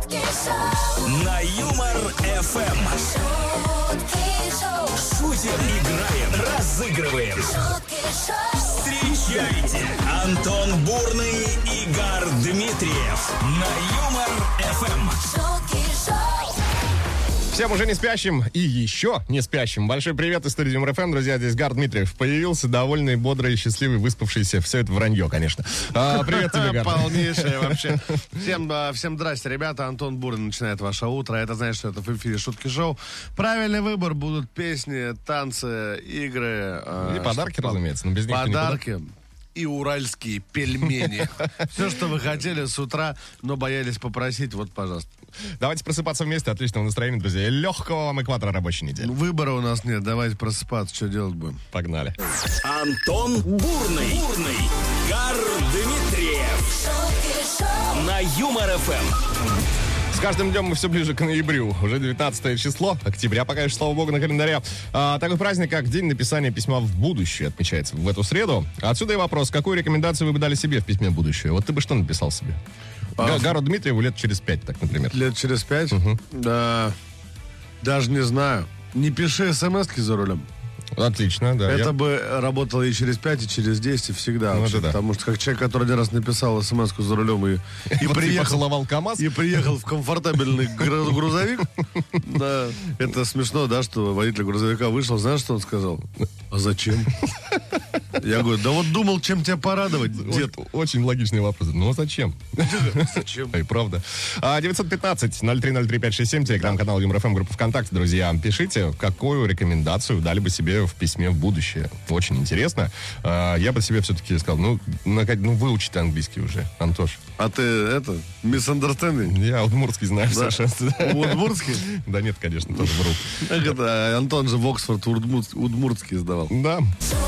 На Юмор ФМ. Шутим, играем, разыгрываем. Встречайте, Антон Бурный, Игорь Дмитриев. На Юмор ФМ. Всем уже не спящим и еще не спящим большой привет из студии Юмор ФМ, друзья. Здесь Игорь Дмитриев появился, довольный, бодрый, счастливый, выспавшийся. Все это вранье, конечно. Привет тебе, Игорь. Полнейшее вообще. Всем здрасте, ребята. Антон Бурный начинает ваше утро. Это значит, что это в эфире шутки-шоу. Правильный выбор. Будут песни, танцы, игры. И подарки, разумеется. Но без них подарки. И уральские пельмени. Все, что вы хотели с утра, но боялись попросить, вот, пожалуйста. Давайте просыпаться вместе. Отличного настроения, друзья. И легкого вам экватора рабочей недели. Выбора у нас нет. Давайте просыпаться. Что делать будем? Погнали. Антон Бурный. Игорь Дмитриев. На Юмор ФМ. С каждым днем мы все ближе к ноябрю. Уже 19 число октября, пока еще, слава богу, на календаре. Такой праздник, как День написания письма в будущее, отмечается в эту среду. Отсюда и вопрос, какую рекомендацию вы бы дали себе в письме в будущее? Вот ты бы что написал себе? Гару Дмитриеву лет через 5, так, например. Лет через 5? Да. Даже не знаю. Не пиши смс-ки за рулем. Отлично, да. Это бы работало и через 5, и через 10, и всегда. Ну, вообще, да. Потому что как человек, который один раз написал смс-ку за рулем и поцеловал КамАЗ. И приехал в комфортабельный грузовик. Да. Это смешно, да, что водитель грузовика вышел. Знаешь, что он сказал? А зачем? Я говорю, да вот думал, чем тебя порадовать, дед. Очень логичный вопрос. Ну, а зачем? Зачем? И правда. 915-0303-567, телеграм-канал Юмор ФМ, группа ВКонтакте, друзья. Пишите, какую рекомендацию дали бы себе в письме в будущее. Очень интересно. Я бы себе все-таки сказал, выучи ты английский уже, Антош. А ты, misunderstanding? Я удмуртский знаю совершенно. Удмуртский? Да нет, конечно, тоже вру. Антон же в Оксфорд удмуртский сдавал. Да.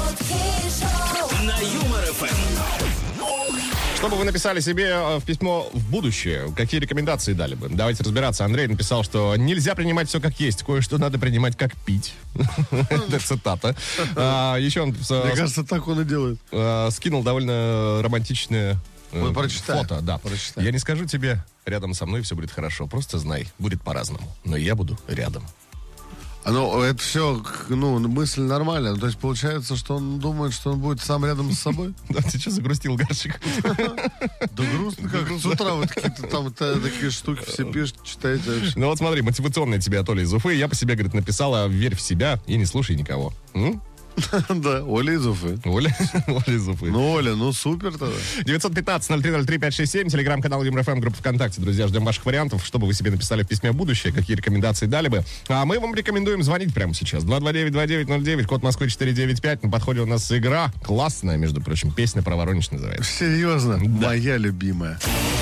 На Юмор ФМ. Что бы вы написали себе в письмо в будущее? Какие рекомендации дали бы? Давайте разбираться. Андрей написал, что нельзя принимать все как есть. Кое-что надо принимать как пить. Это цитата. Еще он... Мне кажется, так он и делает. Скинул довольно романтичное фото. Да. Я не скажу тебе, рядом со мной все будет хорошо. Просто знай, будет по-разному. Но я буду рядом. Ну, это все, мысль нормальная. То есть, получается, что он думает, что он будет сам рядом с собой? Да, ты что загрустил, Гарчик? Да грустно как. С утра вот какие-то там такие штуки все пишут, читаете вообще. Ну вот смотри, мотивационная тебе от Оли из Уфы. Я по себе, говорит, написала: верь в себя и не слушай никого. Да, Оля из Уфы. Оля из Уфы. Ну, Оля, супер тогда. 915-0303-567, телеграм-канал Юмор ФМ, группа ВКонтакте. Друзья, ждем ваших вариантов, что бы вы себе написали в письме в будущее, какие рекомендации дали бы. А мы вам рекомендуем звонить прямо сейчас. 229-2909, код Москвы 495. На подходе у нас игра классная, между прочим, песня про Воронеж называется. Серьезно? Да. Моя любимая.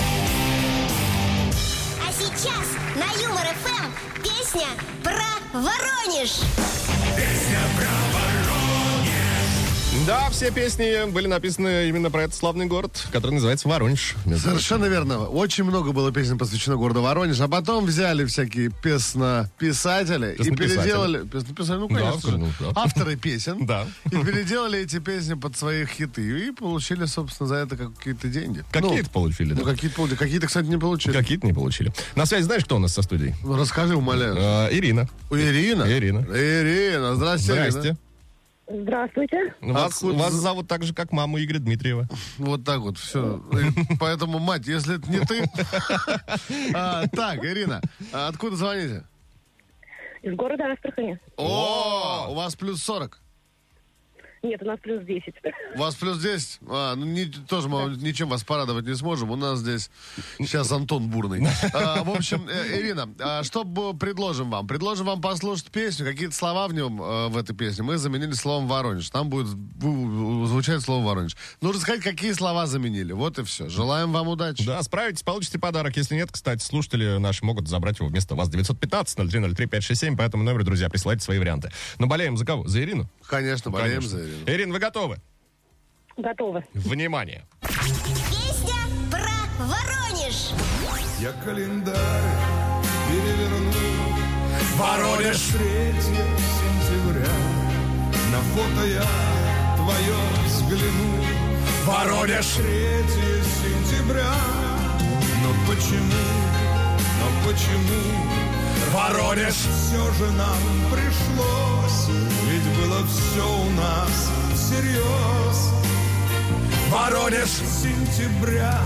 А сейчас на Юмор ФМ песня про Воронеж. Песня про Воронеж. Да, все песни были написаны именно про этот славный город, который называется Воронеж. Совершенно верно. Очень много было песен посвящено городу Воронеж, а потом взяли всякие песнописатели и переделали... Песнописатели, ну, конечно. Да. Авторы песен. Да. И переделали эти песни под свои хиты. И получили, собственно, за это какие-то деньги. Какие-то получили, да. Какие-то, кстати, не получили. Какие-то не получили. На связи знаешь, кто у нас со студией? Расскажи, умоляю. Ирина. Ирина. Здрасте, Здрасте. Ирина. Здравствуйте. Вас зовут так же, как маму Игоря Дмитриева. Вот так вот, все. Поэтому, мать, если это не ты... Так, Ирина, откуда звоните? Из города Астрахани. О, у вас плюс 40. Нет, у нас плюс 10. У вас плюс 10? Тоже мы ничем вас порадовать не сможем. У нас здесь сейчас Антон Бурный. В общем, Ирина, что предложим вам? Предложим вам послушать песню. Какие-то слова в этой песне мы заменили словом «Воронеж». Там будет звучать слово «Воронеж». Нужно сказать, какие слова заменили. Вот и все. Желаем вам удачи. Да, справитесь, получите подарок. Если нет, кстати, слушатели наши могут забрать его вместо вас. 915-0303-567. По этому номеру, друзья, присылайте свои варианты. Но болеем за кого? За Ирину? Конечно, болеем за Ирину. Ирина, вы готовы? Готовы. Внимание. Песня про Воронеж. Я календарь переверну. Воронеж. 3 сентября. На фото я твое взгляну. Воронеж. 3 сентября. Но почему Воронеж. все же нам пришлось, ведь было все у нас всерьез. Воронеж. Сентября.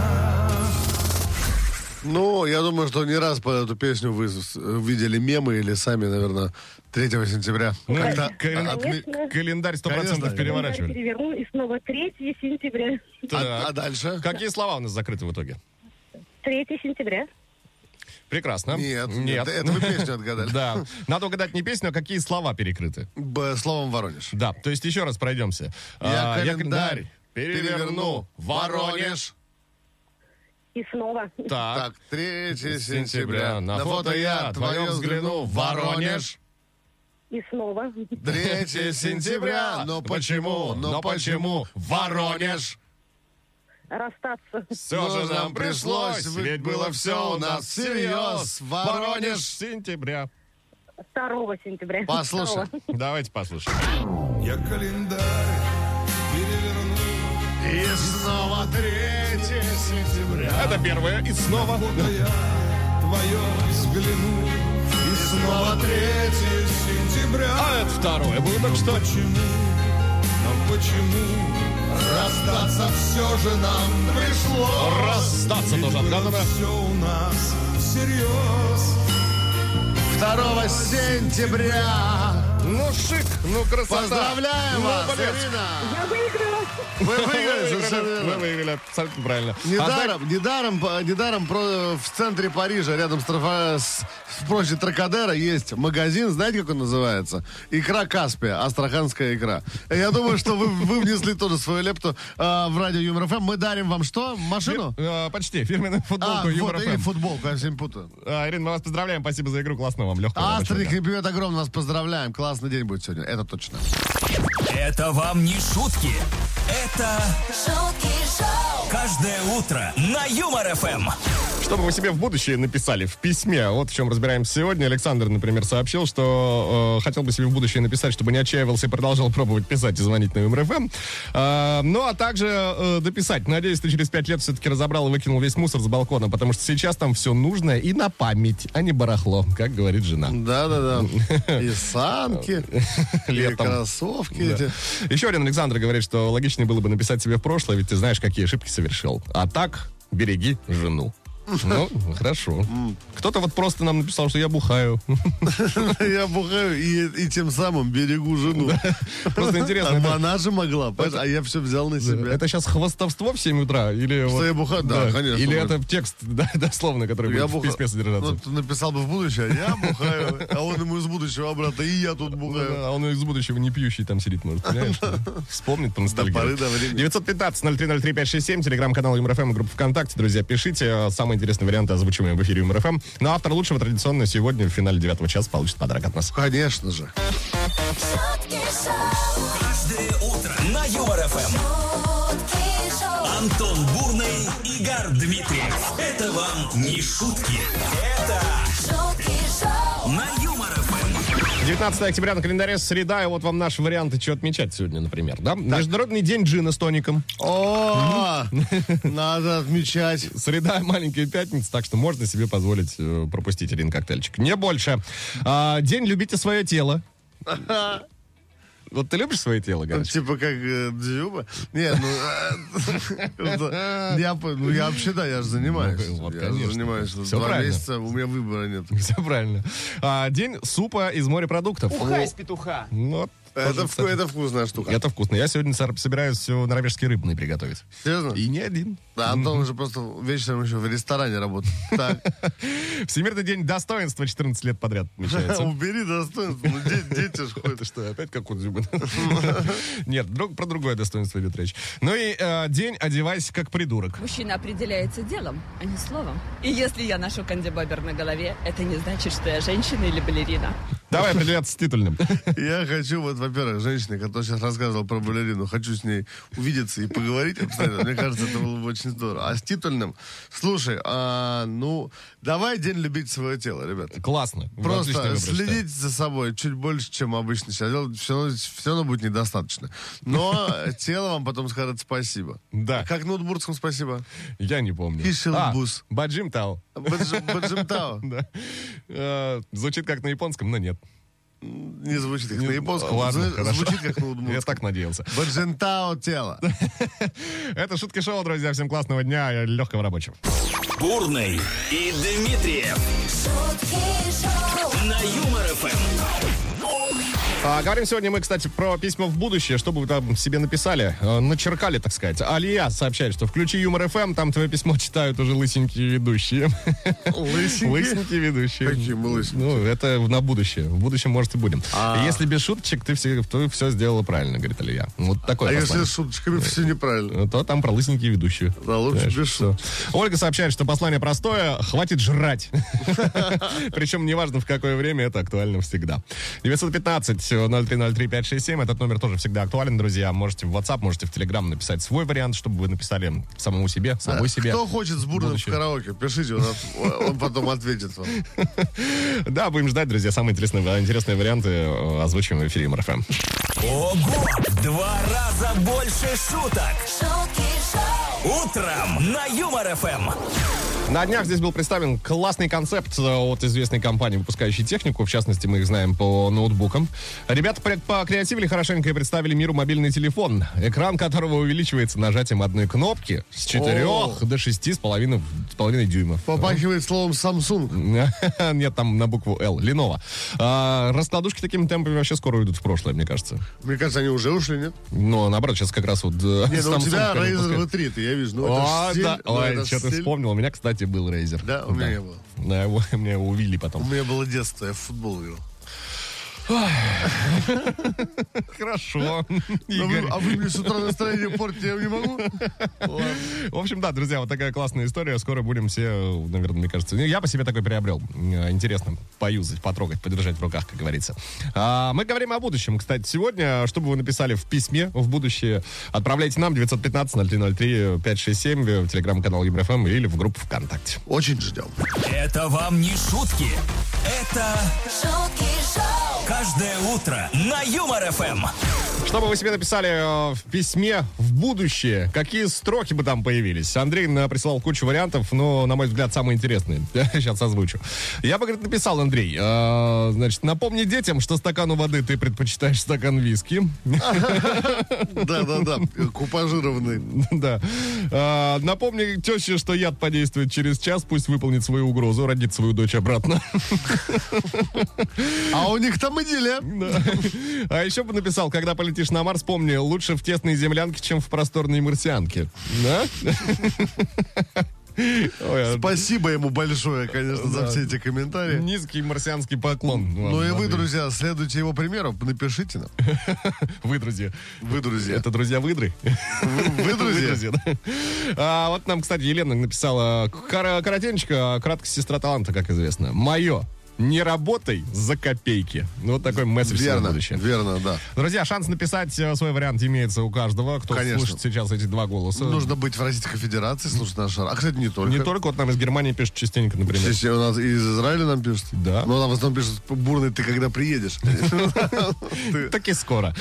Ну, я думаю, что не раз под эту песню вы видели мемы или сами, наверное, 3 сентября. Как-то Конечно. Календарь 100% Конечно. переворачивали. Переверну, и снова 3 сентября. Так. А дальше? Какие слова у нас закрыты в итоге? 3 сентября. Прекрасно. Нет. Это вы песню отгадали. Да. Надо угадать не песню, а какие слова перекрыты. Словом Воронеж. Да, то есть еще раз пройдемся. Я Я календарь переверну. Воронеж. И снова. Так, 3 сентября. сентября. На фото я твое взгляну. Воронеж. И снова. 3 сентября. Но почему? Воронеж? Расстаться. Все же нам пришлось, ведь было все у нас всерьез. Воронеж, сентября. 2 сентября. Послушай. 2. Давайте послушаем. Я календарь переверну. И снова 3 сентября. Это первое. И снова. Фото я твое взгляну. И снова 3 сентября. А это второе было только что. Почему расстаться все же нам пришлось? Расстаться тоже отгадано. Все у нас всерьез. 2 сентября. Ну, шик, ну, красота. Поздравляем Ну, вас, молодец. Ирина. Я выиграла. Вы выиграли, совершенно Вы верно. выиграли, абсолютно правильно. Недаром в центре Парижа, рядом с площадью Трокадера, есть магазин, знаете, как он называется? Икра Каспия, астраханская икра. Я думаю, что вы внесли тоже свою лепту в радио Юмор ФМ. Мы дарим вам что? Машину? Почти. Фирменную футболку Юмор вот, и ФМ. футболку, я всем путаю. Ирина, мы вас поздравляем. Спасибо за игру. Классно вам. Легкого рабочего Астрик, дня. и привет огромное, вас поздравляем. Классный день будет сегодня, это точно. Это вам не шутки. Это шутки шоу, каждое утро на Юмор ФМ. Что бы вы себе в будущее написали в письме? Вот в чем разбираемся сегодня. Александр, например, сообщил, что хотел бы себе в будущее написать, чтобы не отчаивался и продолжал пробовать писать и звонить на Юмор ФМ. Ну, а также дописать. Надеюсь, ты через 5 лет все-таки разобрал и выкинул весь мусор с балкона, потому что сейчас там все нужное и на память, а не барахло, как говорит жена. Да-да-да. И санки, и Летом. кроссовки Да. эти. Еще один Александр говорит, что логичнее было бы написать себе в прошлое, ведь ты знаешь, какие ошибки совершил. А так, береги жену. Ну, хорошо. Кто-то вот просто нам написал, что я бухаю. Я бухаю и тем самым берегу жену. Просто интересно, это- Она же могла, понимаешь, а я все взял на себя. это сейчас хвостовство в 7 утра? Или Что вот- я бухаю? Да, конечно. Или это текст, да, дословно, который Я будет в письме содержаться? Ну, ты написал бы в будущее, я бухаю, а он ему из будущего обратно, и я тут бухаю. А он из будущего не пьющий там сидит, может, понимаешь? Вспомнит, До поры поностальгирует. до времени. 915-0303-567, телеграм-канал Юмор ФМ, группа ВКонтакте. Друзья, пишите. Самые интересные варианты озвучиваем в эфире Юмор ФМ. Ну, а автор лучшего традиционно сегодня в финале 9 часа получит подарок от нас. Конечно же. шутки шоу, Каждое утро на Юмор ФМ. шутки шоу. Антон Бурный, Игорь Дмитриев. Это вам не шутки. Это Шутки шоу. на Юмор ФМ. 19 октября на календаре, среда, и вот вам наши варианты, что отмечать сегодня, например, да? Международный день джина с тоником. О, надо отмечать. Среда, маленькая пятница, так что можно себе позволить пропустить один коктейльчик. Не больше. День «Любите свое тело». Вот ты любишь свое тело, говоришь? Типа как Дзюба? Нет, я вообще, да, я же занимаюсь. Ну, вот, Я конечно. занимаюсь. Всё 2 правильно. месяца, у меня выбора нет. Все правильно. День супа из морепродуктов. Уха из петуха. Ну, вот, тоже, кстати, Это вкусная штука. это вкусно. Я сегодня собираюсь все норвежский рыбный приготовить. Серьезно? И не один. Да, Антон уже просто вечером еще в ресторане работает. Так. Всемирный день достоинства 14 лет подряд отмечается. Убери достоинство. Ну, дети ж Это ходят. что, опять как у Дзюбы? Нет, про другое достоинство идет речь. Ну и день «Одевайся как придурок». Мужчина определяется делом, а не словом. И если я ношу кандибобер на голове, это не значит, что я женщина или балерина. Давай определяться с титульным. Я хочу, вот, во-первых, женщине, которая сейчас рассказывала про балерину, хочу с ней увидеться и поговорить обстоятельно. Мне кажется, это было бы очень здорово. А с титульным, слушай, давай день любить свое тело, ребят. Классно. Просто следите за собой чуть больше, чем обычно сейчас делать. Все равно будет недостаточно. Но тело вам потом скажет спасибо. Да. Как на удмуртском спасибо? Я не помню. Кишелбус. Баджимтау. Баджимтао. Да. Звучит как на японском, но нет. Не звучит как на японском. Ладно, хорошо. Звучит как на удмуртском. Я так надеялся. Баджимтао тело. Это Шутки Шоу, друзья. Всем классного дня и легкого рабочего. Бурный и Дмитриев на Юмор ФМ. Говорим сегодня мы, кстати, про письма в будущее, что бы вы там себе написали, начеркали, так сказать. Алия сообщает, что включи Юмор ФМ, там твое письмо читают уже лысенькие ведущие. Лысенькие ведущие. Какие мы лысенькие? Ну, это на будущее. В будущем, может, и будем. Если без шуточек, ты все сделала правильно, говорит Алия. Вот такой послание. Если с шуточками все неправильно? То там про лысенькие ведущие. Да, лучше без шуток. Ольга сообщает, что послание простое, хватит жрать. Причем неважно в какое время, это актуально всегда. 915-0303-567, этот номер тоже всегда актуален, друзья. Можете в WhatsApp, можете в Telegram написать свой вариант, чтобы вы написали самому себе, самой себе. Кто хочет с Бурным в караоке, пишите, он потом ответит вам. Да, будем ждать, друзья, самые интересные варианты озвучим в эфире Юмор ФМ. Ого! 2 раза больше шуток. Утром на Юмор ФМ. На днях здесь был представлен классный концепт от известной компании, выпускающей технику. В частности, мы их знаем по ноутбукам. Ребята покреативили хорошенько и представили миру мобильный телефон, экран которого увеличивается нажатием одной кнопки с 4 до 6,5 дюймов. Попахивает словом Samsung. Нет, там на букву L. Lenovo. Раскладушки такими темпами вообще скоро уйдут в прошлое, мне кажется. Мне кажется, они уже ушли, нет? Но, наоборот, сейчас как раз вот... Нет, у тебя Razer V3, я вижу. Ну, это да. Ой, что ты вспомнил. У меня, кстати, был Razer. Да, у меня не было. Да, у меня его увели потом. У меня было детство, я в футбол играл. Хорошо, Игорь. А вы мне с утра настроение портите, я не могу? В общем, да, друзья, вот такая классная история. Скоро будем все, наверное, мне кажется... Я по себе такой приобрел. Интересно поюзать, потрогать, подержать в руках, как говорится. Мы говорим о будущем, кстати, сегодня. Что бы вы написали в письме в будущее, отправляйте нам 915-0303-567 в телеграм-канал Юмор ФМ или в группу ВКонтакте. Очень ждем. Это вам не шутки. Это Шутки Шоу. Каждое утро на Юмор ФМ. Что бы вы себе написали в письме в будущее? Какие строки бы там появились? Андрей прислал кучу вариантов, но, на мой взгляд, самые интересные. Я сейчас озвучу. Я бы, говорит, написал, Андрей, значит, напомни детям, что стакану воды ты предпочитаешь стакан виски. Да-да-да, купажированный. Да. Напомни теще, что яд подействует через час, пусть выполнит свою угрозу, родит свою дочь обратно. А у них там идиллия. А еще бы написал, когда полетишь на Марс, помни, лучше в тесной землянке, чем в просторной марсианке. Да? Спасибо ему большое, конечно, за все эти комментарии. Низкий марсианский поклон. Ну и вы, друзья, следуйте его примеру, напишите нам. Вы, друзья. Вы, друзья. Это друзья-выдры. Вы, друзья. Вот нам, кстати, Елена написала коротенечко, краткость сестра таланта, как известно. Мое. Не работай за копейки. Ну, вот такой месседж на будущее. Верно, да. Друзья, шанс написать свой вариант имеется у каждого, кто слушает сейчас эти два голоса. Нужно быть в Российской Федерации, слушать наш шар. А, кстати, не только. Не только, вот нам из Германии пишут частенько, например. У нас из Израиля нам пишут. Да. Но нам в основном пишут, Бурный, ты когда приедешь? Так и скоро.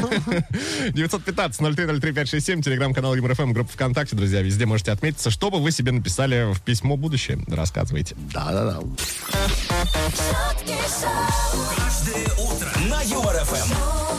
915-0303-567, телеграм-канал Юмор ФМ, группа ВКонтакте, друзья, везде можете отметиться, что бы вы себе написали в письмо будущее. Рассказывайте. Да-да-да. Каждое утро на Юмор ФМ.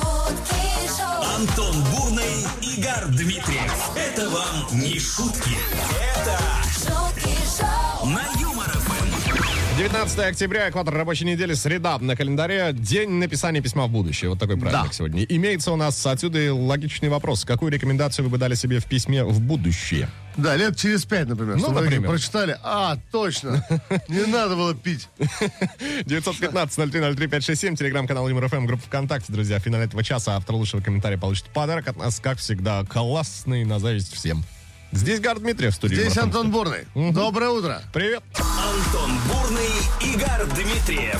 Антон Бурный, Игорь Дмитриев. Это вам не шутки. Это Шутки Шоу на Юмор ФМ. 19 октября, экватор рабочей недели, среда на календаре, день написания письма в будущее. Вот такой праздник сегодня. Имеется у нас отсюда и логичный вопрос. Какую рекомендацию вы бы дали себе в письме в будущее? Да, лет через 5, например. Ну, например. Прочитали, точно, не надо было пить. 915-0303-567, телеграм-канал Юмор ФМ, группа ВКонтакте, друзья. В финале этого часа автор лучшего комментария получит подарок от нас, как всегда, классный, на зависть всем. Здесь Игорь Дмитриев в студии. Здесь Юмор Антон ФМ. Бурный. Доброе утро. Привет. Антон Бурный, Игорь Дмитриев.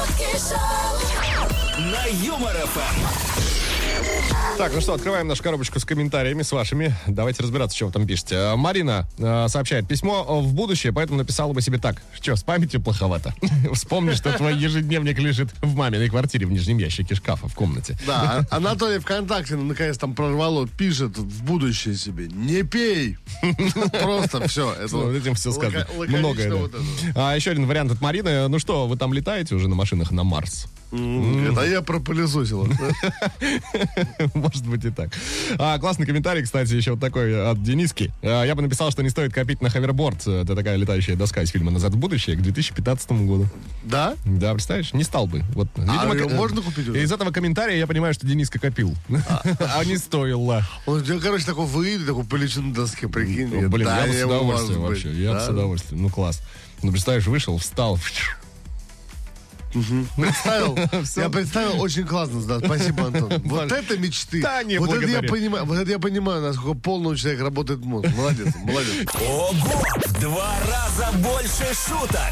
На Юмор ФМ. Так, ну что, открываем нашу коробочку с комментариями, с вашими. Давайте разбираться, что вы там пишете. Марина сообщает, письмо в будущее, поэтому написала бы себе так. Что, с памятью плоховато? Вспомни, что твой ежедневник лежит в маминой квартире в нижнем ящике шкафа в комнате. Да, Анатолий ВКонтакте, наконец, там прорвало, пишет в будущее себе: не пей. Просто все. Вот этим все сказано. Многое, да. Вот еще один вариант от Марины. Ну что, вы там летаете уже на машинах на Марс? это я пропылесосил. Может быть и так. Классный комментарий, кстати, еще вот такой от Дениски. Я бы написал, что не стоит копить на ховерборд. Это такая летающая доска из фильма «Назад в будущее» к 2015 году. Да? Да, представляешь? Не стал бы. Вот, видимо, ее можно купить уже? Из этого комментария я понимаю, что Дениска копил. А не стоило. Он, короче, такой выйдет, такой полечу на доске, прикинь. Блин, Да, я бы с его удовольствием может вообще. быть. Я бы Да? с удовольствием. Ну, класс. Ну, представляешь, вышел, встал. Представил? Я представил, очень классно, да. Спасибо, Антон. Вот это мечты. Да, не вот это я благодари. понимаю. Вот это я понимаю, насколько полно у человека работает мозг. Молодец, молодец. Ого! В 2 раза больше шуток.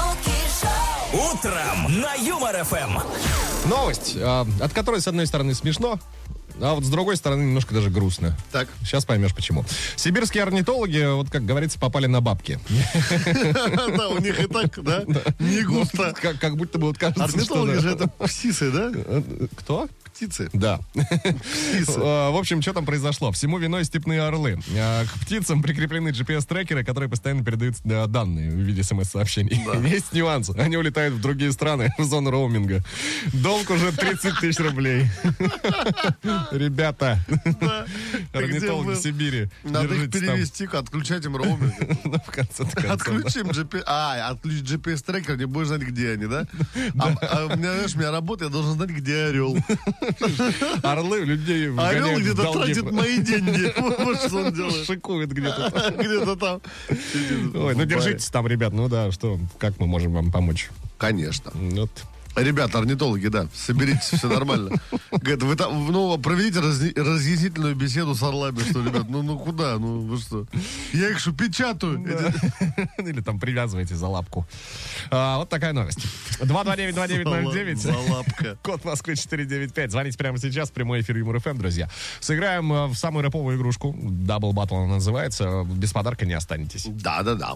Утром на Юмор ФМ. Новость, от которой, с одной стороны, смешно, а вот с другой стороны, немножко даже грустно. Так. Сейчас поймешь, почему. Сибирские орнитологи, вот как говорится, попали на бабки. Да, у них и так, да? Не густо. Как будто бы вот кажется, Орнитологи что... же это птицы, да? Кто? Птицы. Да. В общем, что там произошло? Всему виной степные орлы. К птицам прикреплены GPS-трекеры, которые постоянно передают данные в виде смс-сообщений. Есть нюанс. Они улетают в другие страны, в зону роуминга. Долг уже 30 тысяч рублей. Ребята, орнитологи был? Сибири, Надо их держитесь там. перевести, отключать им роуминг. Ну, в конце концов. Отключим GPS. Отключить GPS-трекер, не будешь знать, где они, да? А у меня, знаешь, у меня работа, я должен знать, где орел. Орлы людей Орел вгоняют в где-то долги. тратит мои деньги. Вот что он делает. Шикует где-то. Где-то там. Ой, ну держитесь там, ребят. Ну да, что, как мы можем вам помочь? Конечно. Вот. Ребята, орнитологи, да, соберитесь, все нормально. Говорят, вы там, ну, проведите разъяснительную беседу с орлами, что, ребят, ну куда, ну вы что? Я их что, печатаю? Или там привязывайте за лапку. Вот такая новость. 229-2909. За лапка. Код Москвы 495. Звоните прямо сейчас в прямой эфир Юмор ФМ, друзья. Сыграем в самую рэповую игрушку. Double Battle она называется. Без подарка не останетесь. Да-да-да.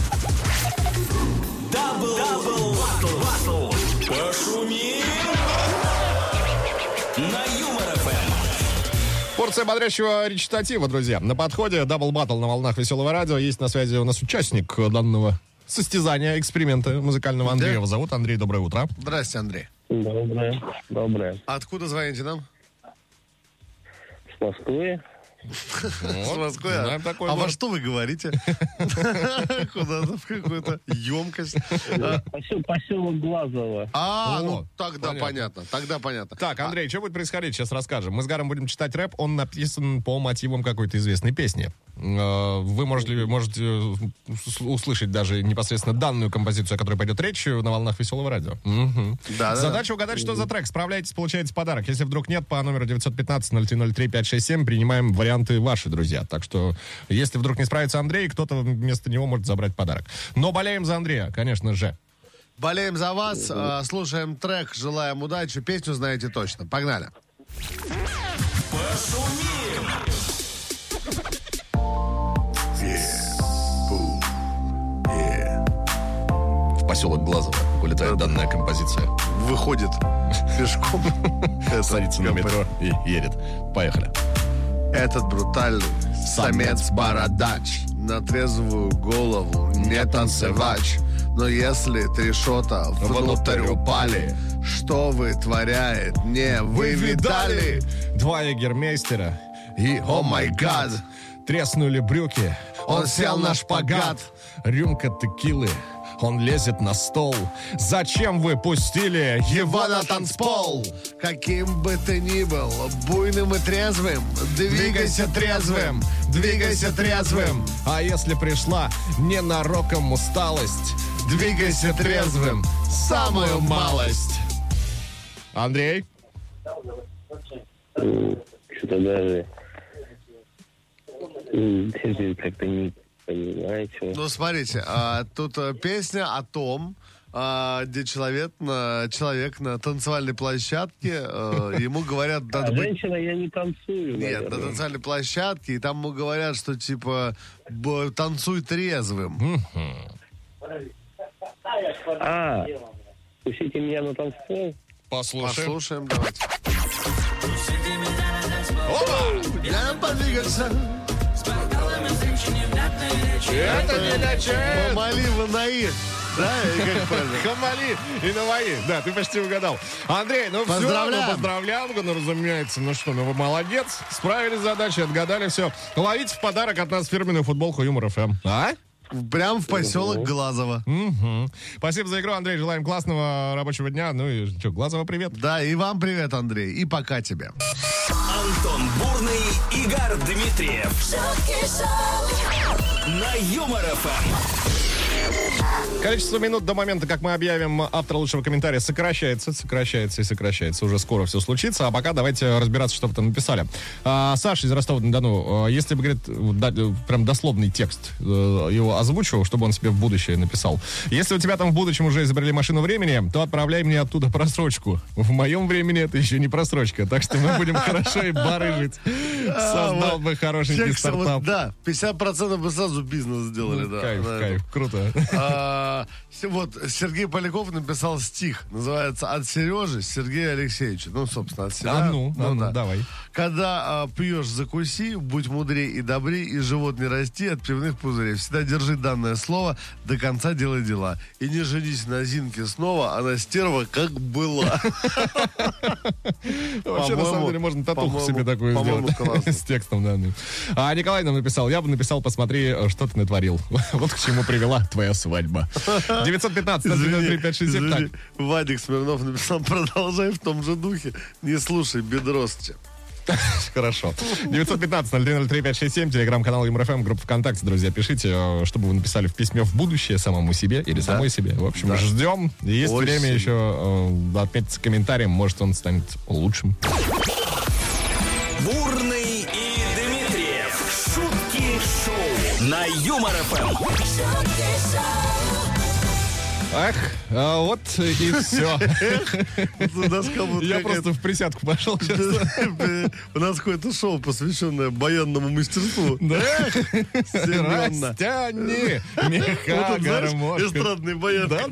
Дабл батл. Пошумим. На Юмор ФМ. Порция бодрящего речитатива, друзья. На подходе Double Battle на волнах Веселого радио. Есть на связи у нас участник данного состязания, эксперимента музыкального. Андрей его зовут. Андрей, доброе утро. Здрасте, Андрей. Доброе. Откуда звоните нам? С Москвы. С Москвы. знаем такой А во город. что вы говорите? Куда-то в какую-то емкость. Поселок Глазово. Ну тогда понятно. Так, Андрей, что будет происходить? Сейчас расскажем. Мы с Гаром будем читать рэп. Он написан по мотивам какой-то известной песни. Вы можете услышать даже непосредственно данную композицию, о которой пойдет речь, на волнах Веселого радио. Да. Задача угадать, что за трек. Справляетесь, получаете подарок. Если вдруг нет, по номеру 915-0303-567 принимаем варианты ваши, друзья. Так что, если вдруг не справится Андрей, кто-то вместо него может забрать подарок. Но болеем за Андрея, конечно же. Болеем за вас, слушаем трек, желаем удачи, песню знаете точно. Погнали. В поселок Глазово улетает данная композиция. Выходит пешком. Садится на метро и едет. Поехали. Этот брутальный самец-бородач на трезвую голову не танцевач. Но если три шота внутрь упали, что вытворяет, не вы видали? Два егермейстера и, о май гад, треснули брюки. Он сел на шпагат. Рюмка текилы. Он лезет на стол. Зачем вы пустили его на танцпол? Каким бы ты ни был, буйным и трезвым, двигайся трезвым, двигайся трезвым. А если пришла ненароком усталость, двигайся трезвым, самую малость. Андрей? Что-то даже... Как-то не понимаю, чего. Ну, смотрите, тут песня о том, где человек на танцевальной площадке, ему говорят... надо быть... Женщина, я не танцую, Нет, наверное. на танцевальной площадке, и там ему говорят, что, типа, танцуй трезвым. Пустите меня на танцпол. Послушаем, давайте. Я подвигаться. Это не начать. Помоли Ванаир. Да, и как правильно? Хамали и Наваи. Да, ты почти угадал. Андрей, ну Поздравляем. все, поздравляем, ну, разумеется. Ну что, ну вы молодец. Справились с задачей, отгадали все. Ловите в подарок от нас фирменную футболку Юмор ФМ. А? Прям в поселок Глазово. Угу. Спасибо за игру, Андрей. Желаем классного рабочего дня. Ну и что, Глазово, привет. Да, и вам привет, Андрей. И пока тебе. Антон Бурный, Игорь Дмитриев. На Юмор ФМ. Количество минут до момента, как мы объявим автора лучшего комментария, сокращается. Уже скоро все случится. А пока давайте разбираться, что вы там написали. Саша из Ростова-на-Дону, если бы, говорит, прям дословный текст его озвучивал, чтобы он себе в будущее написал. Если у тебя там в будущем уже изобрели машину времени, то отправляй мне оттуда просрочку. В моем времени это еще не просрочка. Так что мы будем хорошо и барыжить. Создал бы хорошенький стартап. Да, 50% бы сразу бизнес сделали. Да. Кайф, круто. Вот Сергей Поляков написал стих, называется «От Сережи Сергея Алексеевича». Ну, собственно, от себя. Ну, давай. Когда пьешь, закуси, будь мудрей и добрей, и живот не расти от пивных пузырей. Всегда держи данное слово, до конца делай дела. И не женись на Зинке снова, она стерва как была. Вообще, на самом деле, можно татуху себе такую сделать. С текстом, да. А Николай нам написал, я бы написал, посмотри, что ты натворил. Вот к чему привела твоя свадьба. 915-03-567. Так. Вадик Смирнов написал, продолжай в том же духе, не слушай бедрости. Хорошо. 915-03-567, телеграм-канал Юмор ФМ, группа ВКонтакте, друзья, пишите, что бы вы написали в письме в будущее самому себе или самой себе. В общем, ждем. Есть время еще отметиться комментарием, может, он станет лучшим. Бурный и Дмитриев. Шутки шоу на Юмор ФМ. Ах, вот и все. Я просто в присядку пошел. У нас какое-то шоу, посвященное баянному мастерству. Растяни меха гармошка. Эстрадный баян. Да.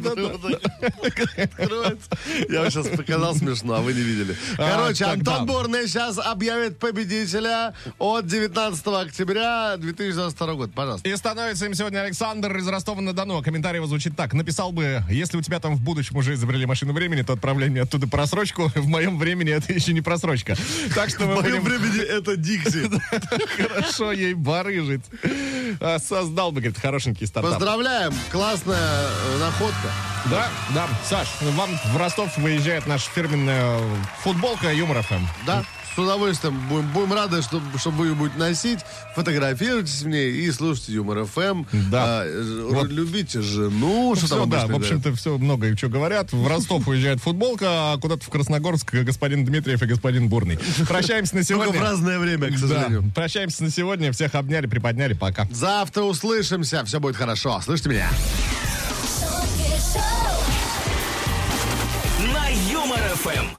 Я вам сейчас показал смешно, а вы не видели. Короче, Антон Бурный сейчас объявит победителя от 19 октября 2022 года. Пожалуйста. И становится им сегодня Александр из Ростова-на-Дону. Комментарий его звучит так. Написал бы, если у тебя там в будущем уже изобрели машину времени, то отправляй мне оттуда просрочку. В моем времени это еще не просрочка. Так что в моем времени это Дикси. Хорошо ей барыжить. Создал бы, говорит, хорошенький стартап. Поздравляем. Классная находка. Да. Саш, вам в Ростов выезжает наша фирменная футболка Юмор ФМ. Да. С удовольствием будем рады, чтобы вы ее будете носить. Фотографируйтесь в ней и слушайте Юмор ФМ. Да. Любите жену. Что там да, в общем-то, все много и что говорят. В Ростов уезжает футболка, а куда-то в Красногорск господин Дмитриев и господин Бурный. Прощаемся на сегодня. Только в разное время, к сожалению. Да. Прощаемся на сегодня. Всех обняли, приподняли. Пока. Завтра услышимся. Все будет хорошо. Слышите меня? На Юмор ФМ.